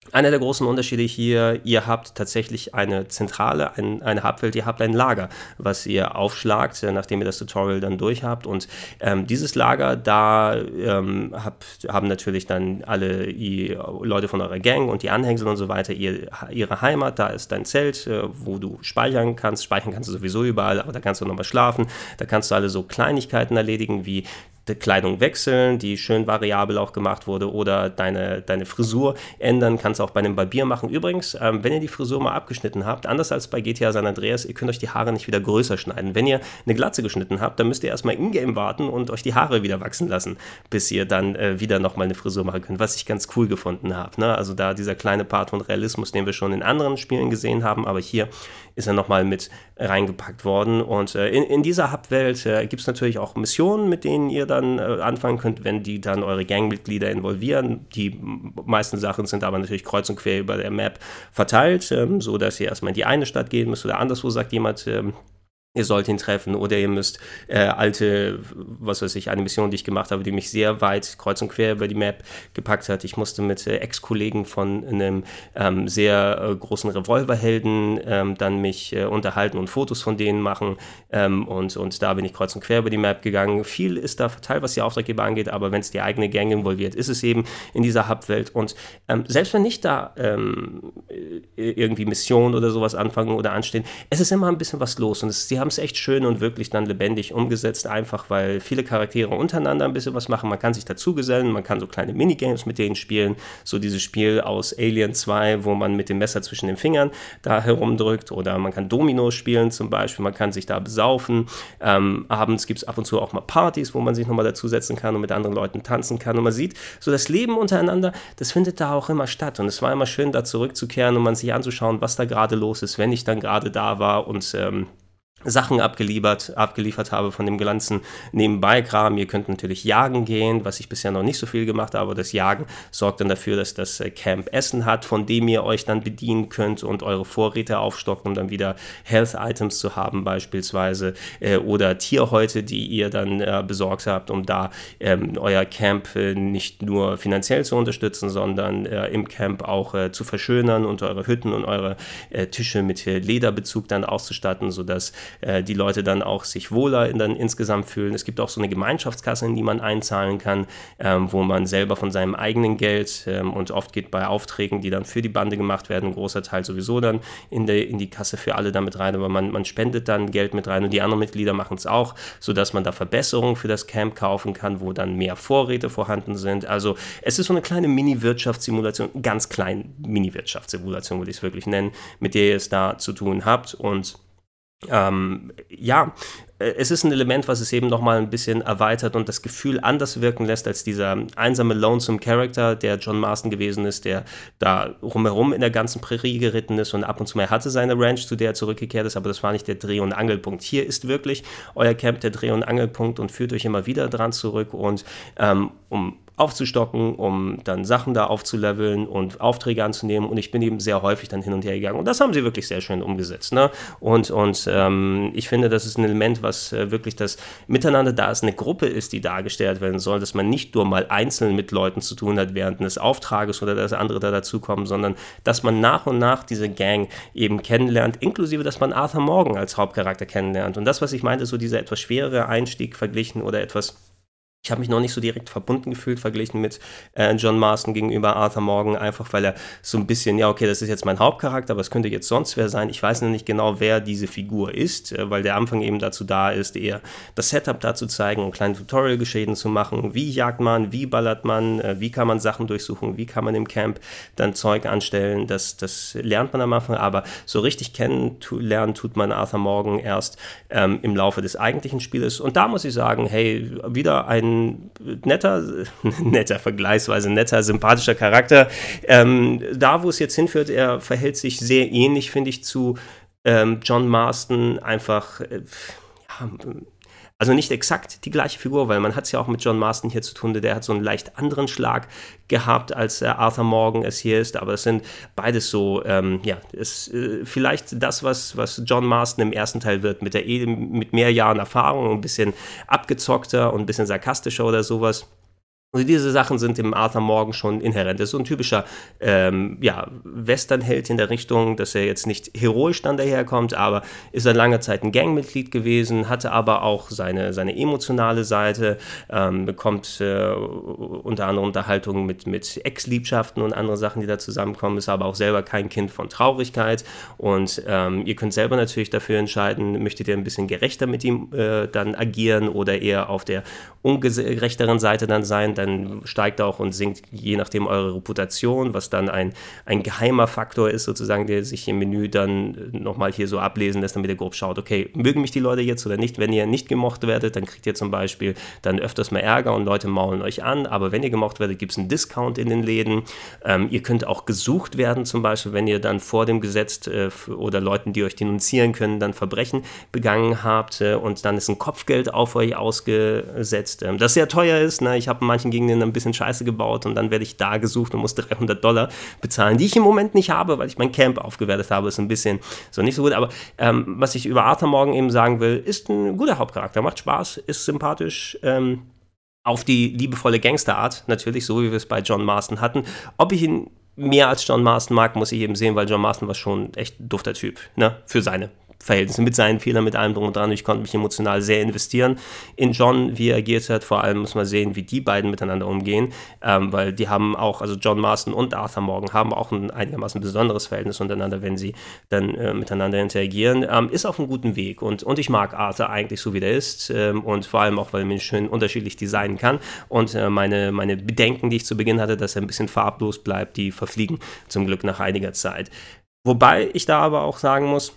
Einer der großen Unterschiede hier, ihr habt tatsächlich eine Zentrale, ein, eine Hubwelt, ihr habt ein Lager, was ihr aufschlagt, äh, nachdem ihr das Tutorial dann durch habt. Und ähm, dieses Lager, da ähm, habt, haben natürlich dann alle die Leute von eurer Gang und die Anhängsel und so weiter ihr, ihre Heimat. Da ist dein Zelt, äh, wo du speichern kannst. Speichern kannst du sowieso überall, aber da kannst du nochmal schlafen. Da kannst du alle so Kleinigkeiten erledigen, wie die Kleidung wechseln, die schön variabel auch gemacht wurde, oder deine, deine Frisur ändern, kannst du auch bei einem Barbier machen. Übrigens, ähm, wenn ihr die Frisur mal abgeschnitten habt, anders als bei G T A San Andreas, ihr könnt euch die Haare nicht wieder größer schneiden. Wenn ihr eine Glatze geschnitten habt, dann müsst ihr erstmal in-game warten und euch die Haare wieder wachsen lassen, bis ihr dann äh, wieder nochmal eine Frisur machen könnt, was ich ganz cool gefunden habe. Ne? Also da dieser kleine Part von Realismus, den wir schon in anderen Spielen gesehen haben, aber hier ist er nochmal mit reingepackt worden. Und äh, in, in dieser Hub-Welt äh, gibt es natürlich auch Missionen, mit denen ihr dann äh, anfangen könnt, wenn die dann eure Gangmitglieder involvieren. Die meisten Sachen sind aber natürlich kreuz und quer über der Map verteilt, ähm, so dass ihr erstmal in die eine Stadt gehen müsst oder anderswo sagt jemand, ähm, ihr sollt ihn treffen, oder ihr müsst äh, alte, was weiß ich, eine Mission, die ich gemacht habe, die mich sehr weit kreuz und quer über die Map gepackt hat. Ich musste mit äh, Ex-Kollegen von einem ähm, sehr äh, großen Revolverhelden ähm, dann mich äh, unterhalten und Fotos von denen machen, ähm, und, und da bin ich kreuz und quer über die Map gegangen. Viel ist da verteilt, was die Auftraggeber angeht, aber wenn es die eigene Gang involviert, ist es eben in dieser Hub-Welt. Und ähm, selbst wenn nicht da ähm, irgendwie Missionen oder sowas anfangen oder anstehen, es ist immer ein bisschen was los, und es, sie haben es echt schön und wirklich dann lebendig umgesetzt, einfach weil viele Charaktere untereinander ein bisschen was machen. Man kann sich dazugesellen, man kann so kleine Minigames mit denen spielen, so dieses Spiel aus Alien zwei, wo man mit dem Messer zwischen den Fingern da herumdrückt, oder man kann Domino spielen zum Beispiel, man kann sich da besaufen. Ähm, abends gibt es ab und zu auch mal Partys, wo man sich nochmal dazusetzen kann und mit anderen Leuten tanzen kann, und man sieht, so das Leben untereinander, das findet da auch immer statt, und es war immer schön, da zurückzukehren und man sich anzuschauen, was da gerade los ist, wenn ich dann gerade da war und ähm, Sachen abgeliefert, abgeliefert habe von dem ganzen Nebenbei-Kram. Ihr könnt natürlich jagen gehen, was ich bisher noch nicht so viel gemacht habe, aber das Jagen sorgt dann dafür, dass das Camp Essen hat, von dem ihr euch dann bedienen könnt und eure Vorräte aufstocken, um dann wieder Health-Items zu haben beispielsweise, äh, oder Tierhäute, die ihr dann äh, besorgt habt, um da ähm, euer Camp äh, nicht nur finanziell zu unterstützen, sondern äh, im Camp auch äh, zu verschönern und eure Hütten und eure äh, Tische mit äh, Lederbezug dann auszustatten, sodass die Leute dann auch sich wohler in, dann insgesamt fühlen. Es gibt auch so eine Gemeinschaftskasse, in die man einzahlen kann, ähm, wo man selber von seinem eigenen Geld, ähm, und oft geht bei Aufträgen, die dann für die Bande gemacht werden, ein großer Teil sowieso dann in, der, in die Kasse für alle damit rein, aber man, man spendet dann Geld mit rein, und die anderen Mitglieder machen es auch, sodass man da Verbesserungen für das Camp kaufen kann, wo dann mehr Vorräte vorhanden sind. Also es ist so eine kleine Mini-Wirtschaftssimulation, ganz kleine Mini-Wirtschaftssimulation würde ich es wirklich nennen, mit der ihr es da zu tun habt. Und Ähm, ja, es ist ein Element, was es eben nochmal ein bisschen erweitert und das Gefühl anders wirken lässt als dieser einsame Lonesome Character, der John Marston gewesen ist, der da rumherum in der ganzen Prärie geritten ist und ab und zu mal hatte seine Ranch, zu der er zurückgekehrt ist, aber das war nicht der Dreh- und Angelpunkt. Hier ist wirklich euer Camp der Dreh- und Angelpunkt und führt euch immer wieder dran zurück, und ähm, um aufzustocken, um dann Sachen da aufzuleveln und Aufträge anzunehmen, und ich bin eben sehr häufig dann hin und her gegangen, und das haben sie wirklich sehr schön umgesetzt, ne? Und, und ähm, ich finde, das ist ein Element, was äh, wirklich das Miteinander, da es eine Gruppe ist, die dargestellt werden soll, dass man nicht nur mal einzeln mit Leuten zu tun hat während des Auftrages oder dass andere da dazukommen, sondern dass man nach und nach diese Gang eben kennenlernt, inklusive, dass man Arthur Morgan als Hauptcharakter kennenlernt. Und das, was ich meinte, so dieser etwas schwerere Einstieg verglichen oder etwas, ich habe mich noch nicht so direkt verbunden gefühlt, verglichen mit äh, John Marston gegenüber Arthur Morgan, einfach weil er so ein bisschen, ja okay, das ist jetzt mein Hauptcharakter, aber es könnte jetzt sonst wer sein. Ich weiß noch nicht genau, wer diese Figur ist, äh, weil der Anfang eben dazu da ist, eher das Setup dazu zeigen und kleine Tutorial-Geschehen zu machen. Wie jagt man, wie ballert man, äh, wie kann man Sachen durchsuchen, wie kann man im Camp dann Zeug anstellen, das, das lernt man am Anfang, aber so richtig kennenlernen tut man Arthur Morgan erst ähm, im Laufe des eigentlichen Spieles, und da muss ich sagen, hey, wieder ein netter, netter, vergleichsweise netter, sympathischer Charakter. Ähm, da, wo es jetzt hinführt, er verhält sich sehr ähnlich, finde ich, zu ähm, John Marston, einfach, äh, ja, also nicht exakt die gleiche Figur, weil man hat es ja auch mit John Marston hier zu tun, der hat so einen leicht anderen Schlag gehabt, als äh, Arthur Morgan es hier ist, aber es sind beides so, ähm, ja, ist äh, vielleicht das, was, was John Marston im ersten Teil wird, mit, der, mit mehr Jahren Erfahrung, ein bisschen abgezockter und ein bisschen sarkastischer oder sowas. Also diese Sachen sind dem Arthur Morgan schon inhärent. Das ist so ein typischer ähm, ja, Westernheld in der Richtung, dass er jetzt nicht heroisch dann daherkommt, aber ist seit langer Zeit ein Gangmitglied gewesen, hatte aber auch seine, seine emotionale Seite, ähm, bekommt äh, unter anderem Unterhaltungen mit, mit Ex-Liebschaften und andere Sachen, die da zusammenkommen, ist aber auch selber kein Kind von Traurigkeit und ähm, ihr könnt selber natürlich dafür entscheiden, möchtet ihr ein bisschen gerechter mit ihm äh, dann agieren oder eher auf der ungerechteren Seite dann sein, dann steigt auch und sinkt je nachdem eure Reputation, was dann ein, ein geheimer Faktor ist sozusagen, der sich im Menü dann nochmal hier so ablesen lässt, damit ihr grob schaut, okay, mögen mich die Leute jetzt oder nicht? Wenn ihr nicht gemocht werdet, dann kriegt ihr zum Beispiel dann öfters mal Ärger und Leute maulen euch an, aber wenn ihr gemocht werdet, gibt es einen Discount in den Läden. Ähm, ihr könnt auch gesucht werden zum Beispiel, wenn ihr dann vor dem Gesetz äh, oder Leuten, die euch denunzieren können, dann Verbrechen begangen habt äh, und dann ist ein Kopfgeld auf euch ausgesetzt, äh, das sehr teuer ist. Ne? Ich habe in manchen Gegenden ein bisschen Scheiße gebaut und dann werde ich da gesucht und muss dreihundert Dollar bezahlen, die ich im Moment nicht habe, weil ich mein Camp aufgewertet habe, ist ein bisschen so nicht so gut, aber ähm, was ich über Arthur Morgan eben sagen will, ist ein guter Hauptcharakter, macht Spaß, ist sympathisch, ähm, auf die liebevolle Gangsterart, natürlich, so wie wir es bei John Marston hatten. Ob ich ihn mehr als John Marston mag, muss ich eben sehen, weil John Marston war schon echt ein dufter Typ, ne, für seine Verhältnisse, mit seinen Fehlern, mit allem drum und dran. Ich konnte mich emotional sehr investieren in John, wie er agiert hat. Vor allem muss man sehen, wie die beiden miteinander umgehen, ähm, weil die haben auch, also John Marston und Arthur Morgan haben auch ein einigermaßen besonderes Verhältnis untereinander, wenn sie dann äh, miteinander interagieren. Ähm, ist auf einem guten Weg und, und ich mag Arthur eigentlich so, wie der ist ähm, und vor allem auch, weil er mich schön unterschiedlich designen kann und äh, meine, meine Bedenken, die ich zu Beginn hatte, dass er ein bisschen farblos bleibt, die verfliegen zum Glück nach einiger Zeit. Wobei ich da aber auch sagen muss,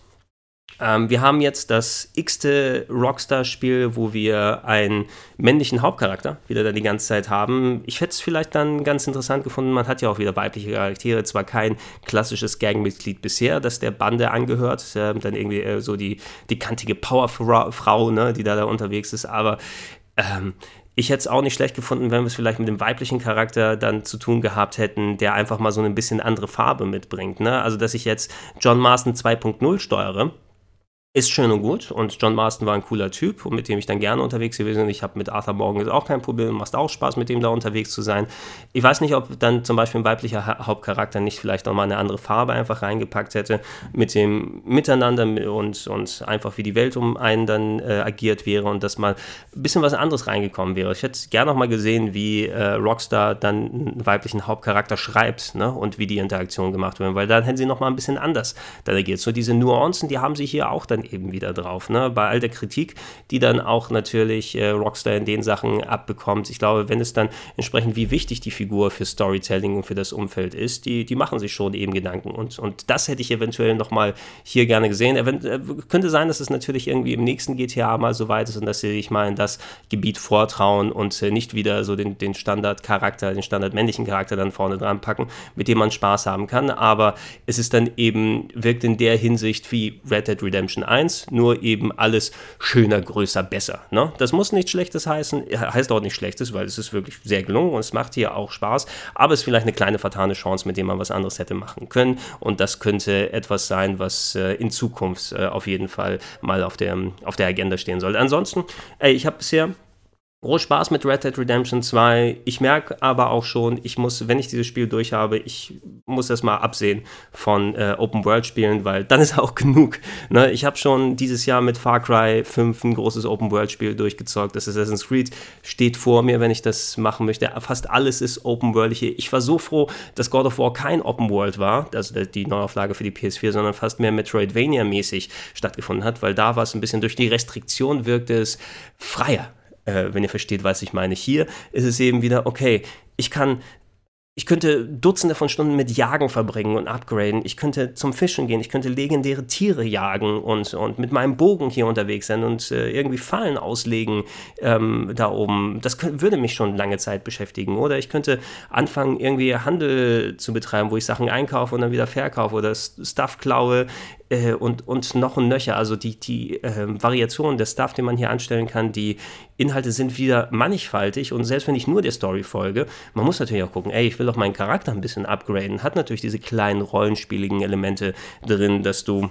Ähm, wir haben jetzt das x-te Rockstar-Spiel, wo wir einen männlichen Hauptcharakter wieder da die ganze Zeit haben. Ich hätte es vielleicht dann ganz interessant gefunden, man hat ja auch wieder weibliche Charaktere, zwar kein klassisches Gangmitglied bisher, das der Bande angehört, äh, dann irgendwie äh, so die, die kantige Powerfrau, ne, die da, da unterwegs ist, aber ähm, ich hätte es auch nicht schlecht gefunden, wenn wir es vielleicht mit dem weiblichen Charakter dann zu tun gehabt hätten, der einfach mal so ein bisschen andere Farbe mitbringt. Ne? Also, dass ich jetzt John Marston zwei Punkt null steuere, ist schön und gut und John Marston war ein cooler Typ, mit dem ich dann gerne unterwegs gewesen bin. Ich habe mit Arthur Morgan jetzt auch kein Problem, macht auch Spaß, mit dem da unterwegs zu sein. Ich weiß nicht, ob dann zum Beispiel ein weiblicher ha- Hauptcharakter nicht vielleicht nochmal eine andere Farbe einfach reingepackt hätte, mit dem Miteinander und, und einfach wie die Welt um einen dann äh, agiert wäre und dass mal ein bisschen was anderes reingekommen wäre. Ich hätte gerne nochmal gesehen, wie äh, Rockstar dann einen weiblichen Hauptcharakter schreibt, ne, und wie die Interaktion gemacht wird, weil dann hätten sie nochmal ein bisschen anders dann agiert. So diese Nuancen, die haben sie hier auch dann eben wieder drauf, ne? Bei all der Kritik, die dann auch natürlich äh, Rockstar in den Sachen abbekommt. Ich glaube, wenn es dann entsprechend, wie wichtig die Figur für Storytelling und für das Umfeld ist, die, die machen sich schon eben Gedanken und, und das hätte ich eventuell nochmal hier gerne gesehen. Event- äh, könnte sein, dass es natürlich irgendwie im nächsten G T A mal so weit ist und dass sie sich mal in das Gebiet vortrauen und äh, nicht wieder so den, den Standardcharakter, den standardmännlichen Charakter dann vorne dran packen, mit dem man Spaß haben kann, aber es ist dann eben, wirkt in der Hinsicht wie Red Dead Redemption eins, nur eben alles schöner, größer, besser. Ne? Das muss nichts Schlechtes heißen, heißt auch nicht Schlechtes, weil es ist wirklich sehr gelungen und es macht hier auch Spaß, aber es ist vielleicht eine kleine vertane Chance, mit dem man was anderes hätte machen können und das könnte etwas sein, was äh, in Zukunft äh, auf jeden Fall mal auf der, auf der Agenda stehen sollte. Ansonsten, ey, ich habe bisher groß Spaß mit Red Dead Redemption zwei. Ich merke aber auch schon, ich muss, wenn ich dieses Spiel durch habe, ich muss erst mal absehen von äh, Open-World-Spielen, weil dann ist auch genug. Ne? Ich habe schon dieses Jahr mit Far Cry fünf ein großes Open-World-Spiel durchgezockt. Das Assassin's Creed steht vor mir, wenn ich das machen möchte. Fast alles ist Open-World. Ich war so froh, dass God of War kein Open-World war, also die Neuauflage für die P S vier, sondern fast mehr Metroidvania-mäßig stattgefunden hat, weil da war es ein bisschen durch die Restriktion wirkte es freier. Äh, wenn ihr versteht, was ich meine. Hier ist es eben wieder, okay, ich kann, ich könnte Dutzende von Stunden mit Jagen verbringen und upgraden. Ich könnte zum Fischen gehen, ich könnte legendäre Tiere jagen und, und mit meinem Bogen hier unterwegs sein und äh, irgendwie Fallen auslegen ähm, da oben. Das könnte, würde mich schon lange Zeit beschäftigen. Oder ich könnte anfangen, irgendwie Handel zu betreiben, wo ich Sachen einkaufe und dann wieder verkaufe oder Stuff klaue. Äh, und, und noch ein Nöcher, also die, die äh, Variation der Stuff, den man hier anstellen kann, die Inhalte sind wieder mannigfaltig und selbst wenn ich nur der Story folge, man muss natürlich auch gucken, ey, ich will doch meinen Charakter ein bisschen upgraden, hat natürlich diese kleinen rollenspieligen Elemente drin, dass du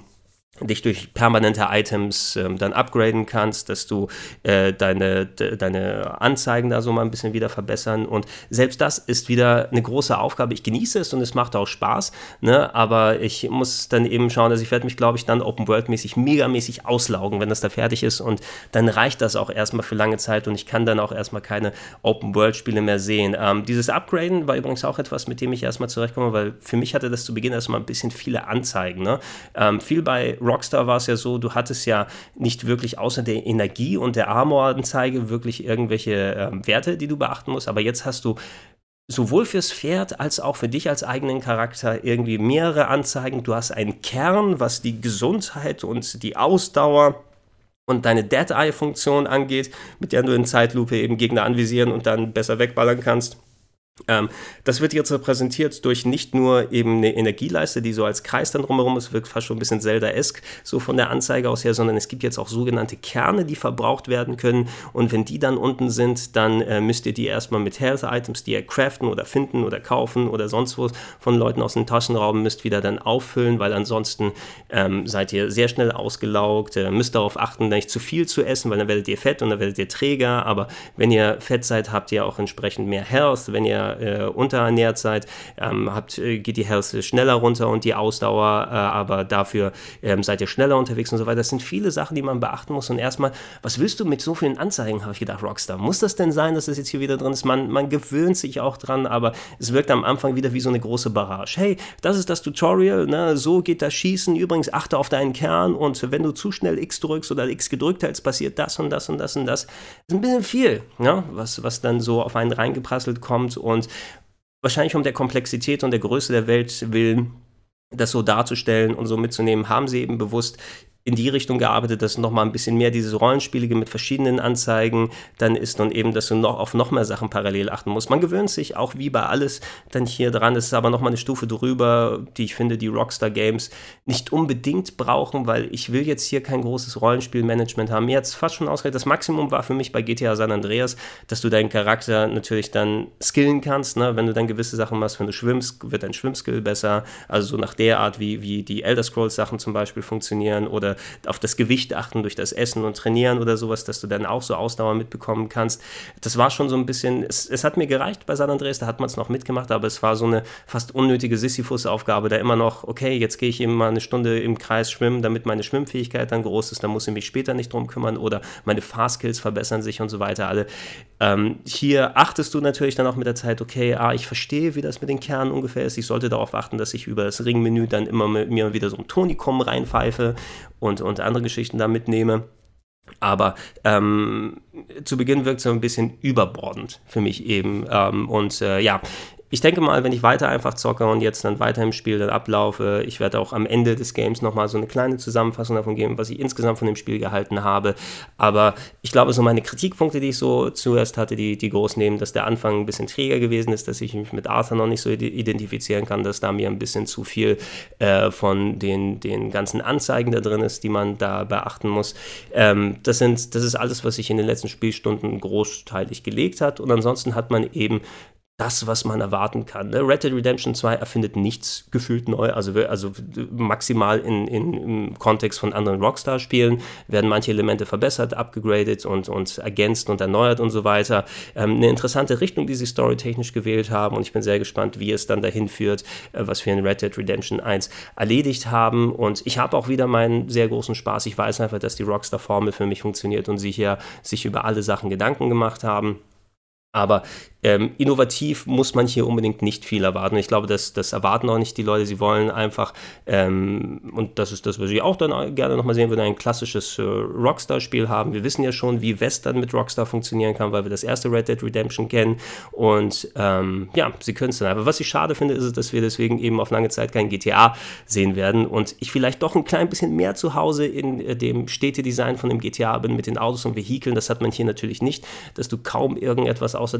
dich durch permanente Items ähm, dann upgraden kannst, dass du äh, deine, de, deine Anzeigen da so mal ein bisschen wieder verbessern, und selbst das ist wieder eine große Aufgabe. Ich genieße es und es macht auch Spaß, ne? Aber ich muss dann eben schauen, dass ich werde mich, glaube ich, dann Open-World-mäßig, megamäßig auslaugen, wenn das da fertig ist, und dann reicht das auch erstmal für lange Zeit und ich kann dann auch erstmal keine Open-World-Spiele mehr sehen. Ähm, dieses Upgraden war übrigens auch etwas, mit dem ich erstmal zurechtkomme, weil für mich hatte das zu Beginn erstmal ein bisschen viele Anzeigen, ne? Ähm, viel bei Rockstar war es ja so, du hattest ja nicht wirklich außer der Energie und der Armor-Anzeige wirklich irgendwelche ähm, Werte, die du beachten musst, aber jetzt hast du sowohl fürs Pferd als auch für dich als eigenen Charakter irgendwie mehrere Anzeigen. Du hast einen Kern, was die Gesundheit und die Ausdauer und deine Dead-Eye-Funktion angeht, mit der du in Zeitlupe eben Gegner anvisieren und dann besser wegballern kannst. Ähm, das wird jetzt repräsentiert durch nicht nur eben eine Energieleiste, die so als Kreis dann drumherum ist, wirkt fast schon ein bisschen Zelda-esk so von der Anzeige aus her, sondern es gibt jetzt auch sogenannte Kerne, die verbraucht werden können, und wenn die dann unten sind, dann äh, müsst ihr die erstmal mit Health-Items, die ihr craften oder finden oder kaufen oder sonst wo von Leuten aus den Taschen rauben müsst, wieder dann auffüllen, weil ansonsten ähm, seid ihr sehr schnell ausgelaugt, äh, müsst darauf achten, nicht zu viel zu essen, weil dann werdet ihr fett und dann werdet ihr träger, aber wenn ihr fett seid, habt ihr auch entsprechend mehr Health, wenn ihr Äh, unterernährt seid, ähm, habt, äh, geht die Health schneller runter und die Ausdauer, äh, aber dafür ähm, seid ihr schneller unterwegs und so weiter. Das sind viele Sachen, die man beachten muss, und erstmal, was willst du mit so vielen Anzeigen, habe ich gedacht, Rockstar, muss das denn sein, dass das jetzt hier wieder drin ist? Man, man gewöhnt sich auch dran, aber es wirkt am Anfang wieder wie so eine große Barrage. Hey, das ist das Tutorial, ne? So geht das Schießen, übrigens achte auf deinen Kern, und wenn du zu schnell X drückst oder X gedrückt hältst, passiert das und das und das und das. Das ist ein bisschen viel, ne? was, was dann so auf einen reingeprasselt kommt, und wahrscheinlich um der Komplexität und der Größe der Welt willen, das so darzustellen und so mitzunehmen, haben sie eben bewusst in die Richtung gearbeitet, dass nochmal ein bisschen mehr dieses Rollenspielige mit verschiedenen Anzeigen dann ist, und eben, dass du noch auf noch mehr Sachen parallel achten musst. Man gewöhnt sich auch wie bei alles dann hier dran. Es ist aber nochmal eine Stufe drüber, die ich finde, die Rockstar Games nicht unbedingt brauchen, weil ich will jetzt hier kein großes Rollenspielmanagement haben. Mir hat es fast schon ausgereicht. Das Maximum war für mich bei G T A San Andreas, dass du deinen Charakter natürlich dann skillen kannst, ne? Wenn du dann gewisse Sachen machst, wenn du schwimmst, wird dein Schwimmskill besser. Also so nach der Art, wie, wie die Elder Scrolls Sachen zum Beispiel funktionieren, oder auf das Gewicht achten durch das Essen und Trainieren oder sowas, dass du dann auch so Ausdauer mitbekommen kannst. Das war schon so ein bisschen, es, es hat mir gereicht bei San Andreas, da hat man es noch mitgemacht, aber es war so eine fast unnötige Sisyphus-Aufgabe, da immer noch, okay, jetzt gehe ich eben mal eine Stunde im Kreis schwimmen, damit meine Schwimmfähigkeit dann groß ist, dann muss ich mich später nicht drum kümmern, oder meine Fahrskills verbessern sich und so weiter alle. Ähm, hier achtest du natürlich dann auch mit der Zeit, okay, ah, ich verstehe, wie das mit den Kernen ungefähr ist, ich sollte darauf achten, dass ich über das Ringmenü dann immer mit mir wieder so ein Tonikum reinpfeife und, und andere Geschichten da mitnehme. Aber ähm, zu Beginn wirkt es so ein bisschen überbordend für mich eben. Ähm, und äh, ja, ich denke mal, wenn ich weiter einfach zocke und jetzt dann weiter im Spiel dann ablaufe, ich werde auch am Ende des Games nochmal so eine kleine Zusammenfassung davon geben, was ich insgesamt von dem Spiel gehalten habe. Aber ich glaube, so meine Kritikpunkte, die ich so zuerst hatte, die, die groß nehmen, dass der Anfang ein bisschen träger gewesen ist, dass ich mich mit Arthur noch nicht so identifizieren kann, dass da mir ein bisschen zu viel äh, von den, den ganzen Anzeigen da drin ist, die man da beachten muss. Ähm, das sind, das ist alles, was sich in den letzten Spielstunden großteilig gelegt hat. Und ansonsten hat man eben das, was man erwarten kann. Red Dead Redemption zwei erfindet nichts gefühlt neu, also, also maximal in, in, im Kontext von anderen Rockstar-Spielen werden manche Elemente verbessert, abgegradet und, und ergänzt und erneuert und so weiter. Ähm, eine interessante Richtung, die sie storytechnisch gewählt haben, und ich bin sehr gespannt, wie es dann dahin führt, äh, was wir in Red Dead Redemption eins erledigt haben, und ich habe auch wieder meinen sehr großen Spaß. Ich weiß einfach, dass die Rockstar-Formel für mich funktioniert und sie hier sich über alle Sachen Gedanken gemacht haben. Aber ähm, innovativ muss man hier unbedingt nicht viel erwarten. Ich glaube, das, das erwarten auch nicht die Leute. Sie wollen einfach, ähm, und das ist das, was ich auch dann gerne nochmal sehen würde, ein klassisches äh, Rockstar-Spiel haben. Wir wissen ja schon, wie Western mit Rockstar funktionieren kann, weil wir das erste Red Dead Redemption kennen. Und ähm, ja, sie können es dann. Aber was ich schade finde, ist, dass wir deswegen eben auf lange Zeit kein G T A sehen werden und ich vielleicht doch ein klein bisschen mehr zu Hause in äh, dem Städtedesign von dem G T A bin mit den Autos und Vehikeln. Das hat man hier natürlich nicht, dass du kaum irgendetwas außer deinen Pferden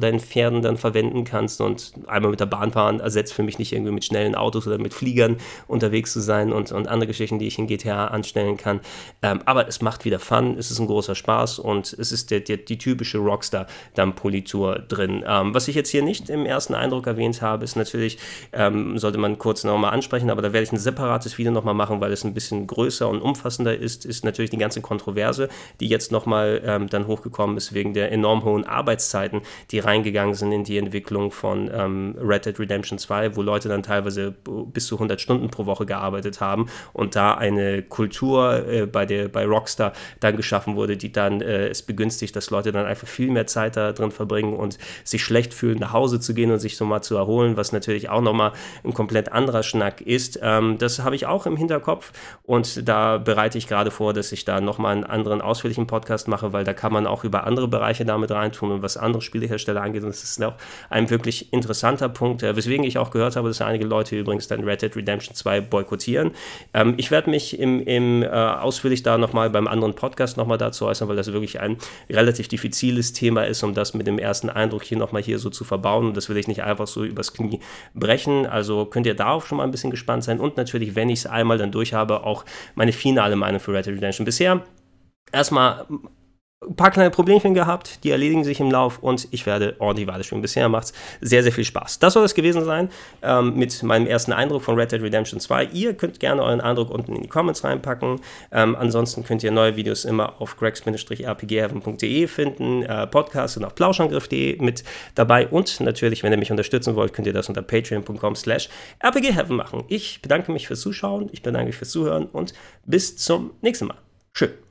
werden dann verwenden kannst, und einmal mit der Bahn fahren ersetzt für mich nicht irgendwie mit schnellen Autos oder mit Fliegern unterwegs zu sein und, und andere Geschichten, die ich in G T A anstellen kann. Ähm, aber es macht wieder Fun, es ist ein großer Spaß und es ist der, der, die typische Rockstar-Politur drin. Ähm, was ich jetzt hier nicht im ersten Eindruck erwähnt habe, ist natürlich, ähm, sollte man kurz nochmal ansprechen, aber da werde ich ein separates Video nochmal machen, weil es ein bisschen größer und umfassender ist, ist natürlich die ganze Kontroverse, die jetzt nochmal ähm, dann hochgekommen ist wegen der enorm hohen Arbeitszeiten, die reingegangen sind in die Entwicklung von ähm, Red Dead Redemption zwei, wo Leute dann teilweise bis zu hundert Stunden pro Woche gearbeitet haben und da eine Kultur äh, bei, der, bei Rockstar dann geschaffen wurde, die dann äh, es begünstigt, dass Leute dann einfach viel mehr Zeit da drin verbringen und sich schlecht fühlen, nach Hause zu gehen und sich so mal zu erholen, was natürlich auch nochmal ein komplett anderer Schnack ist. Ähm, das habe ich auch im Hinterkopf und da bereite ich gerade vor, dass ich da nochmal einen anderen ausführlichen Podcast mache, weil da kann man auch über andere Bereiche damit reintun und was andere Spielehersteller angeht. Und das ist auch ein wirklich interessanter Punkt, äh, weswegen ich auch gehört habe, dass einige Leute übrigens dann Red Dead Redemption zwei boykottieren. Ähm, ich werde mich im, im äh, ausführlich da nochmal beim anderen Podcast nochmal dazu äußern, weil das wirklich ein relativ diffiziles Thema ist, um das mit dem ersten Eindruck hier nochmal hier so zu verbauen, und das will ich nicht einfach so übers Knie brechen. Also könnt ihr darauf schon mal ein bisschen gespannt sein und natürlich, wenn ich es einmal dann durch habe, auch meine finale Meinung für Red Dead Redemption. Bisher erstmal ein paar kleine Problemchen gehabt, die erledigen sich im Lauf und ich werde ordentlich weiterspielen. Bisher macht es sehr, sehr viel Spaß. Das soll es gewesen sein ähm, mit meinem ersten Eindruck von Red Dead Redemption zwei. Ihr könnt gerne euren Eindruck unten in die Comments reinpacken. Ähm, ansonsten könnt ihr neue Videos immer auf gregs R P G heaven punkt de finden, äh, Podcasts und auf plauschangriff punkt de mit dabei und natürlich, wenn ihr mich unterstützen wollt, könnt ihr das unter patreon punkt com slash r p g heaven machen. Ich bedanke mich fürs Zuschauen, ich bedanke mich fürs Zuhören und bis zum nächsten Mal. Tschüss.